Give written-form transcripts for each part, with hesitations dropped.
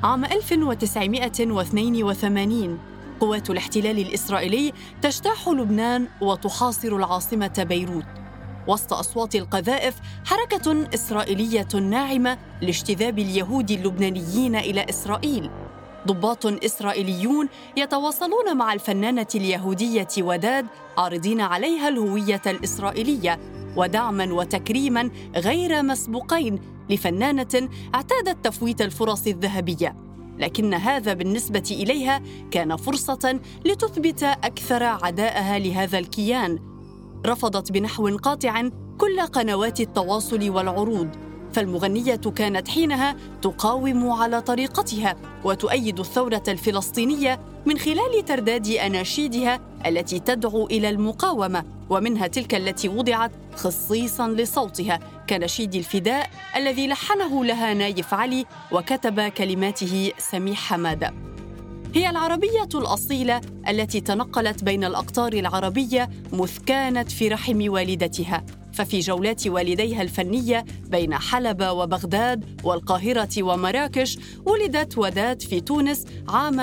عام 1982 قوات الاحتلال الإسرائيلي تجتاح لبنان وتحاصر العاصمة بيروت. وسط أصوات القذائف حركة إسرائيلية ناعمة لاجتذاب اليهود اللبنانيين إلى إسرائيل. ضباط إسرائيليون يتواصلون مع الفنانة اليهودية وداد عارضين عليها الهوية الإسرائيلية ودعماً وتكريماً غير مسبوقين لفنانة اعتادت تفويت الفرص الذهبية، لكن هذا بالنسبة إليها كان فرصة لتثبت أكثر عداءها لهذا الكيان. رفضت بنحو قاطع كل قنوات التواصل والعروض، فالمغنية كانت حينها تقاوم على طريقتها وتؤيد الثورة الفلسطينية من خلال ترداد أناشيدها التي تدعو إلى المقاومة، ومنها تلك التي وضعت خصيصاً لصوتها كنشيد الفداء الذي لحنه لها نايف علي وكتب كلماته سميح حمادة. هي العربية الأصيلة التي تنقلت بين الأقطار العربية مذ كانت في رحم والدتها، ففي جولات والديها الفنية بين حلب وبغداد والقاهرة ومراكش ولدت وداد في تونس عام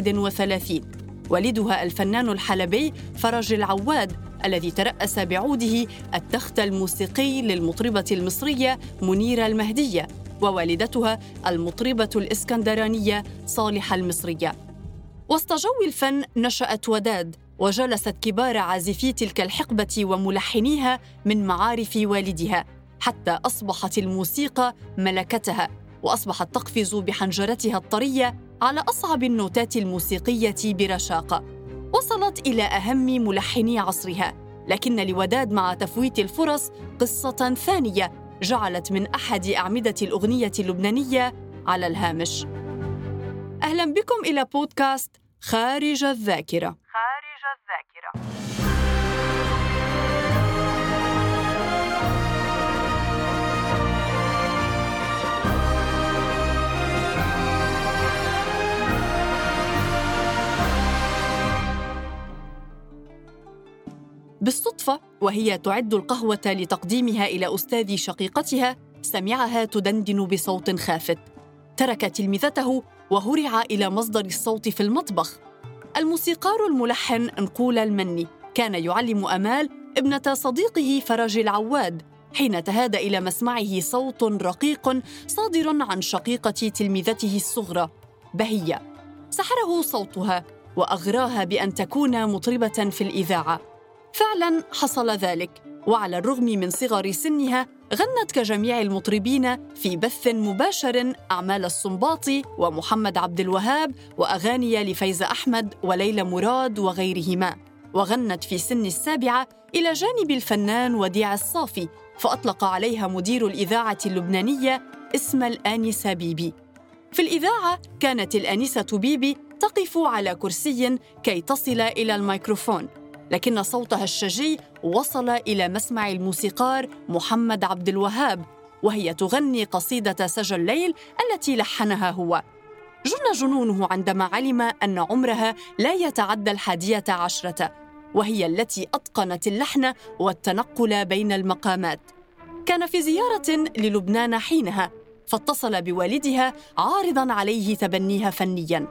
31. والدها الفنان الحلبي فرج العواد الذي ترأس بعوده التخت الموسيقي للمطربة المصرية منيرة المهدية، ووالدتها المطربة الإسكندرانية صالحة المصرية. وسط جو الفن نشأت وداد، وجلست كبار عازفي تلك الحقبة وملحنيها من معارف والدها، حتى أصبحت الموسيقى ملكتها، وأصبحت تقفز بحنجرتها الطرية على أصعب النوتات الموسيقية برشاقة. وصلت إلى أهم ملحني عصرها، لكن لوداد مع تفويت الفرص قصة ثانية جعلت من أحد أعمدة الأغنية اللبنانية على الهامش. أهلاً بكم إلى بودكاست خارج الذاكرة. بالصدفة وهي تعد القهوة لتقديمها إلى أستاذ شقيقتها سمعها تدندن بصوت خافت. ترك تلمذته وهرع إلى مصدر الصوت في المطبخ. الموسيقار الملحن نقول المني كان يعلم آمال ابنة صديقه فرج العواد حين تهادى إلى مسمعه صوت رقيق صادر عن شقيقة تلمذته الصغرى بهية. سحره صوتها وأغراها بأن تكون مطربة في الإذاعة. فعلاً حصل ذلك، وعلى الرغم من صغر سنها غنت كجميع المطربين في بث مباشر أعمال السنباطي ومحمد عبد الوهاب وأغاني لفايزة أحمد وليلى مراد وغيرهما. وغنت في سن 7 إلى جانب الفنان وديع الصافي، فأطلق عليها مدير الإذاعة اللبنانية اسم الآنسة بيبي. في الإذاعة كانت الآنسة بيبي تقف على كرسي كي تصل إلى الميكروفون، لكن صوتها الشجي وصل إلى مسمع الموسيقار محمد عبد الوهاب وهي تغني قصيدة سجى الليل التي لحنها هو. جن جنونه عندما علم أن عمرها لا يتعدى 11، وهي التي أتقنت اللحن والتنقل بين المقامات. كان في زيارة للبنان حينها، فاتصل بوالدها عارضاً عليه تبنيها فنياً.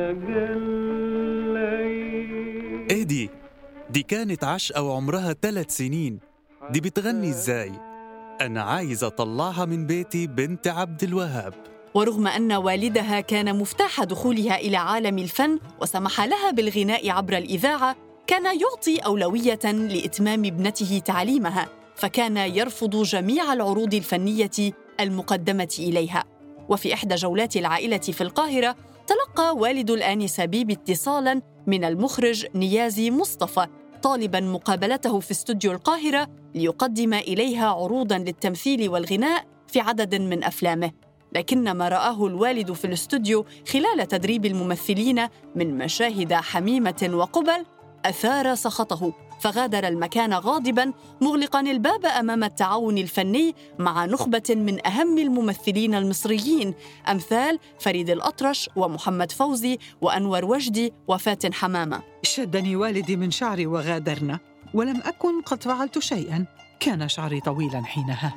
دي كانت عشقة وعمرها 3 سنين، دي بتغني إزاي؟ أنا عايزة أطلعها من بيتي بنت عبد الوهاب. ورغم أن والدها كان مفتاح دخولها إلى عالم الفن وسمح لها بالغناء عبر الإذاعة، كان يعطي أولوية لإتمام ابنته تعليمها، فكان يرفض جميع العروض الفنية المقدمة إليها. وفي إحدى جولات العائلة في القاهرة تلقى والد الآنسة بيبي اتصالاً من المخرج نيازي مصطفى طالباً مقابلته في استوديو القاهرة ليقدم إليها عروضاً للتمثيل والغناء في عدد من أفلامه. لكن ما رآه الوالد في الاستوديو خلال تدريب الممثلين من مشاهد حميمة وقبل أثار سخطه، فغادر المكان غاضباً مغلقاً الباب أمام التعاون الفني مع نخبة من أهم الممثلين المصريين أمثال فريد الأطرش ومحمد فوزي وأنور وجدي وفاتن حمامة. شدني والدي من شعري وغادرنا، ولم أكن قد فعلت شيئاً، كان شعري طويلاً حينها.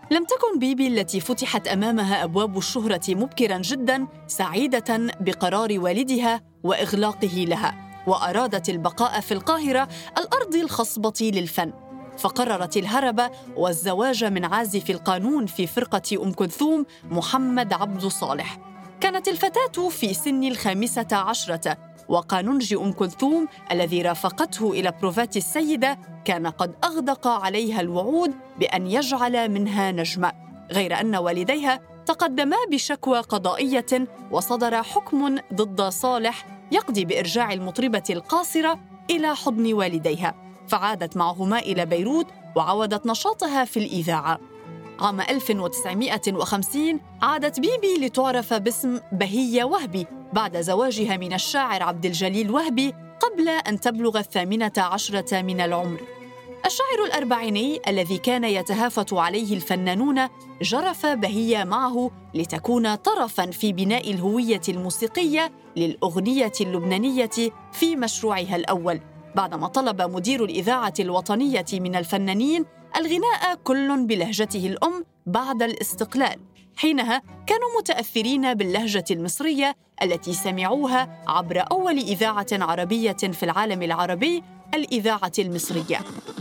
لم تكن بيبي التي فتحت أمامها أبواب الشهرة مبكراً جداً سعيدة بقرار والدها وإغلاقه لها، وأرادت البقاء في القاهرة الأرض الخصبة للفن، فقررت الهرب والزواج من عازف القانون في فرقة أم كلثوم محمد عبد صالح. كانت الفتاة في سن 15، وقانونج أم كلثوم الذي رافقته إلى بروفات السيدة كان قد أغدق عليها الوعود بأن يجعل منها نجمة، غير أن والديها تقدما بشكوى قضائية وصدر حكم ضد صالح يقضي بإرجاع المطربة القاصرة إلى حضن والديها، فعادت معهما إلى بيروت وعودت نشاطها في الإذاعة. عام 1950 عادت بيبي لتعرف باسم بهية وهبي بعد زواجها من الشاعر عبد الجليل وهبي قبل أن تبلغ 18 من العمر. الشاعر الأربعيني الذي كان يتهافت عليه الفنانون جرف بهية معه لتكون طرفاً في بناء الهوية الموسيقية للأغنية اللبنانية في مشروعها الأول، بعدما طلب مدير الإذاعة الوطنية من الفنانين الغناء كل بلهجته الأم بعد الاستقلال. حينها كانوا متأثرين باللهجة المصرية التي سمعوها عبر أول إذاعة عربية في العالم العربي، الإذاعة المصرية.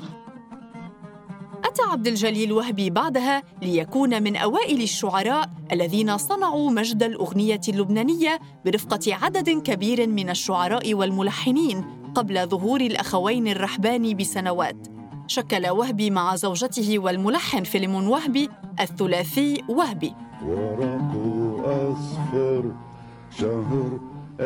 أتى عبد الجليل وهبي بعدها ليكون من أوائل الشعراء الذين صنعوا مجد الأغنية اللبنانية برفقة عدد كبير من الشعراء والملحنين قبل ظهور الأخوين الرحباني بسنوات. شكل وهبي مع زوجته والملحن فيلمون وهبي الثلاثي وهبي. ورق أصفر شهر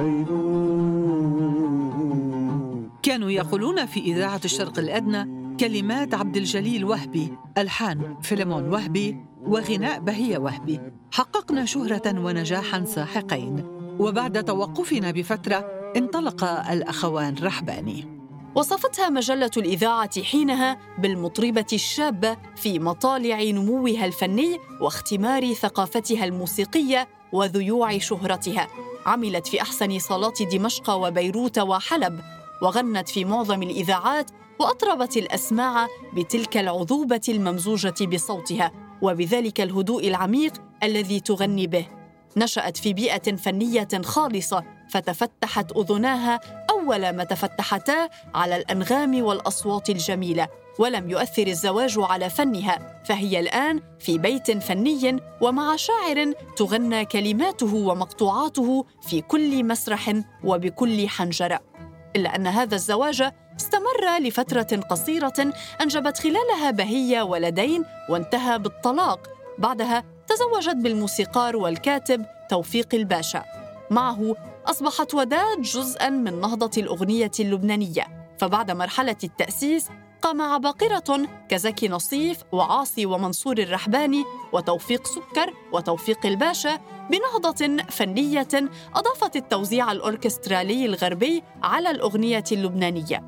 أيلول. كانوا يقولون في إذاعة الشرق الأدنى كلمات عبد الجليل وهبي، ألحان فيلمون وهبي، وغناء بهية وهبي. حققنا شهرة ونجاحاً ساحقين، وبعد توقفنا بفترة انطلق الأخوان رحباني. وصفتها مجلة الإذاعة حينها بالمطربة الشابة في مطالع نموها الفني واختمار ثقافتها الموسيقية وذيوع شهرتها. عملت في أحسن صالات دمشق وبيروت وحلب، وغنت في معظم الإذاعات، وأطربت الأسماع بتلك العذوبة الممزوجة بصوتها وبذلك الهدوء العميق الذي تغني به. نشأت في بيئة فنية خالصة، فتفتحت أذناها أول ما تفتحتا على الأنغام والأصوات الجميلة، ولم يؤثر الزواج على فنها، فهي الآن في بيت فني ومع شاعر تغنى كلماته ومقطوعاته في كل مسرح وبكل حنجرة. إلا أن هذا الزواج استمر لفترة قصيرة أنجبت خلالها بهية ولدين وانتهى بالطلاق. بعدها تزوجت بالموسيقار والكاتب توفيق الباشا. معه أصبحت وداد جزءاً من نهضة الأغنية اللبنانية، فبعد مرحلة التأسيس قام عباقرة كزكي نصيف وعاصي ومنصور الرحباني وتوفيق سكر وتوفيق الباشا بنهضة فنية أضافت التوزيع الأوركسترالي الغربي على الأغنية اللبنانية.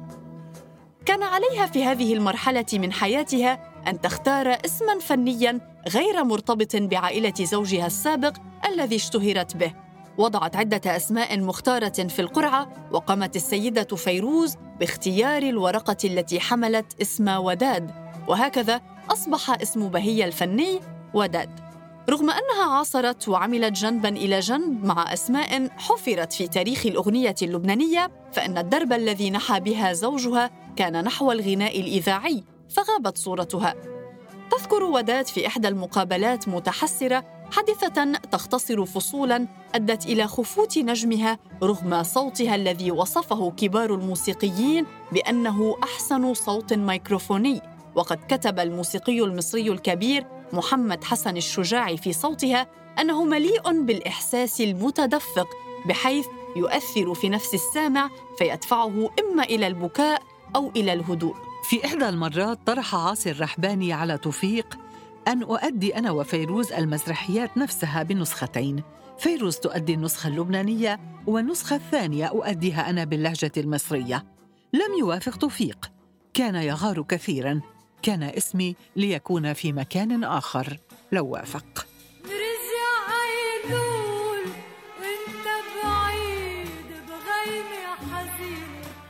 كان عليها في هذه المرحلة من حياتها أن تختار اسماً فنياً غير مرتبط بعائلة زوجها السابق الذي اشتهرت به. وضعت عدة أسماء مختارة في القرعة، وقامت السيدة فيروز باختيار الورقة التي حملت اسم وداد، وهكذا أصبح اسم بهية الفني وداد. رغم أنها عاصرت وعملت جنباً إلى جنب مع أسماء حفرت في تاريخ الأغنية اللبنانية، فإن الدرب الذي نحى بها زوجها كان نحو الغناء الإذاعي، فغابت صورتها. تذكر وداد في إحدى المقابلات متحسرة حادثة تختصر فصولاً أدت إلى خفوت نجمها رغم صوتها الذي وصفه كبار الموسيقيين بأنه أحسن صوت ميكروفوني. وقد كتب الموسيقي المصري الكبير محمد حسن الشجاعي في صوتها أنه مليء بالإحساس المتدفق بحيث يؤثر في نفس السامع فيدفعه إما إلى البكاء أو إلى الهدوء. في إحدى المرات طرح عاصي الرحباني على توفيق أن أؤدي أنا وفيروز المسرحيات نفسها بنسختين، فيروز تؤدي النسخة اللبنانية والنسخة الثانية أؤديها أنا باللهجة المصرية. لم يوافق توفيق، كان يغار كثيراً، كان اسمي ليكون في مكان آخر لو وافق.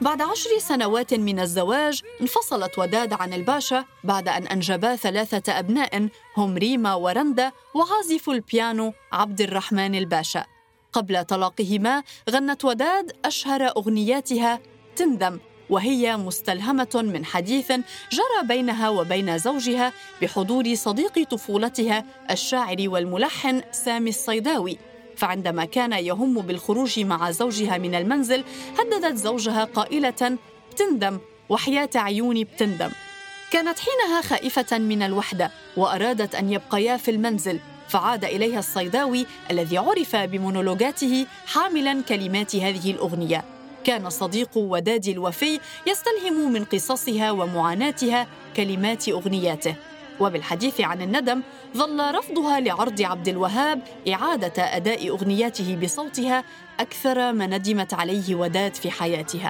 بعد 10 سنوات من الزواج انفصلت وداد عن الباشا بعد أن أنجبا 3 أبناء هم ريما ورندا وعازف البيانو عبد الرحمن الباشا. قبل طلاقهما غنت وداد أشهر أغنياتها تندم، وهي مستلهمة من حديث جرى بينها وبين زوجها بحضور صديق طفولتها الشاعر والملحن سامي الصيداوي. فعندما كان يهم بالخروج مع زوجها من المنزل هددت زوجها قائلة: بتندم وحياة عيوني بتندم. كانت حينها خائفة من الوحدة وأرادت أن يبقيا في المنزل، فعاد إليها الصيداوي الذي عرف بمونولوجاته حاملاً كلمات هذه الأغنية. كان صديق وداد الوفي يستلهم من قصصها ومعاناتها كلمات أغنياته. وبالحديث عن الندم، ظل رفضها لعرض عبد الوهاب إعادة أداء أغنياته بصوتها أكثر ما ندمت عليه وداد في حياتها.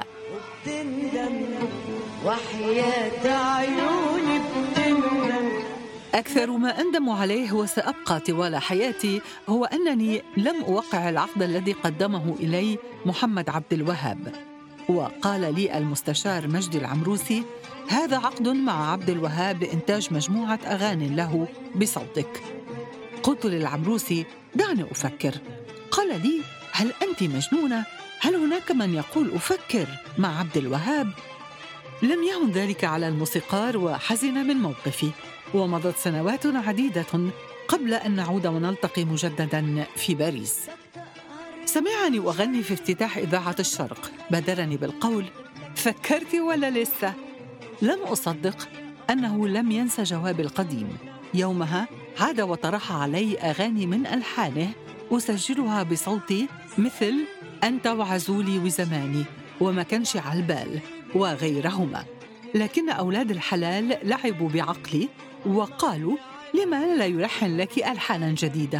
أكثر ما أندم عليه وسأبقى طوال حياتي هو أنني لم أوقع العقد الذي قدمه إلي محمد عبد الوهاب. وقال لي المستشار مجدي العمروسي: هذا عقد مع عبد الوهاب لإنتاج مجموعة أغاني له بصوتك. قلت للعمروسي: دعني أفكر. قال لي: هل أنت مجنونة؟ هل هناك من يقول أفكر مع عبد الوهاب؟ لم يهن ذلك على الموسيقار وحزن من موقفي. ومضت سنوات عديدة قبل أن نعود ونلتقي مجدداً في باريس. سمعني أغني في افتتاح إذاعة الشرق، بادرني بالقول: فكرت ولا لسه؟ لم أصدق أنه لم ينسى جوابي القديم. يومها عاد وطرح علي أغاني من ألحانه أسجلها بصوتي، مثل أنت وعزولي وزماني وما كانش على البال وغيرهما. لكن أولاد الحلال لعبوا بعقلي وقالوا: لما لا يلحن لك ألحاناً جديدة؟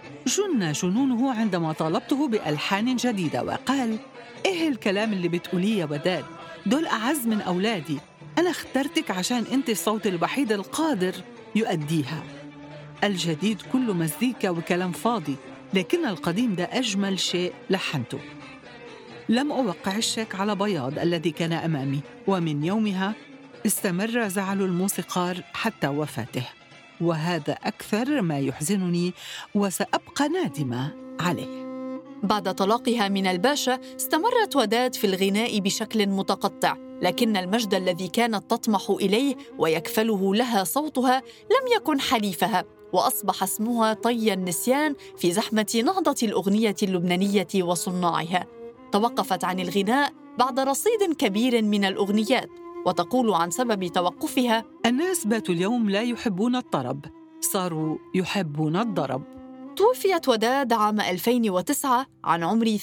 جن جنونه عندما طالبته بألحان جديدة، وقال: إيه الكلام اللي بتقوليه يا وداد؟ دول أعز من أولادي، أنا اخترتك عشان أنت الصوت الوحيد القادر يؤديها. الجديد كله مزيكا وكلام فاضي، لكن القديم ده أجمل شيء لحنته. لم أوقع الشيك على بياض الذي كان أمامي، ومن يومها استمر زعل الموسيقار حتى وفاته، وهذا أكثر ما يحزنني وسأبقى نادمة عليه. بعد طلاقها من الباشا استمرت وداد في الغناء بشكل متقطع، لكن المجد الذي كانت تطمح إليه ويكفله لها صوتها لم يكن حليفها، وأصبح اسمها طي النسيان في زحمة نهضة الأغنية اللبنانية وصناعها. توقفت عن الغناء بعد رصيد كبير من الأغنيات، وتقول عن سبب توقفها: الناس باتوا اليوم لا يحبون الطرب، صاروا يحبون الضرب. توفيت وداد عام 2009 عن عمر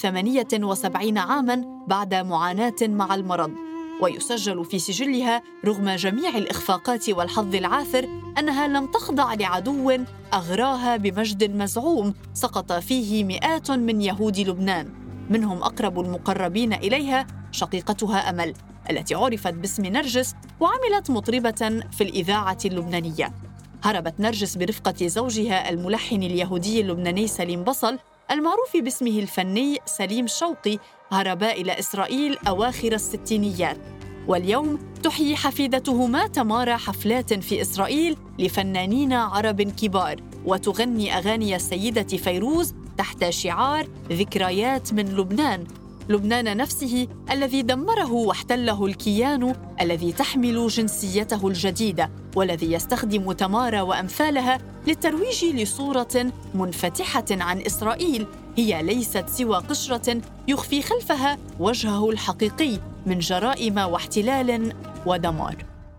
78 عاماً بعد معاناة مع المرض. ويسجل في سجلها رغم جميع الإخفاقات والحظ العاثر أنها لم تخضع لعدو أغراها بمجد مزعوم سقط فيه مئات من يهود لبنان، منهم أقرب المقربين إليها شقيقتها أمل التي عرفت باسم نرجس وعملت مطربة في الإذاعة اللبنانية. هربت نرجس برفقة زوجها الملحن اليهودي اللبناني سليم بصل المعروف باسمه الفني سليم شوقي، هربا إلى إسرائيل أواخر الستينيات. واليوم تحيي حفيدتهما تمارا حفلات في إسرائيل لفنانين عرب كبار، وتغني أغاني السيدة فيروز تحت شعار ذكريات من لبنان، لبنان نفسه الذي دمره واحتله الكيان الذي تحمل جنسيته الجديدة، والذي يستخدم تمارا وأمثالها للترويج لصورة منفتحة عن إسرائيل هي ليست سوى قشرة يخفي خلفها وجهه الحقيقي من جرائم واحتلال ودمار.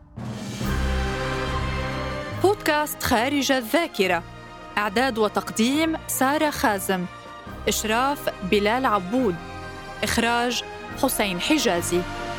بودكاست خارج الذاكرة، إعداد وتقديم سارة خازم، إشراف بلال عبود، إخراج حسين حجازي.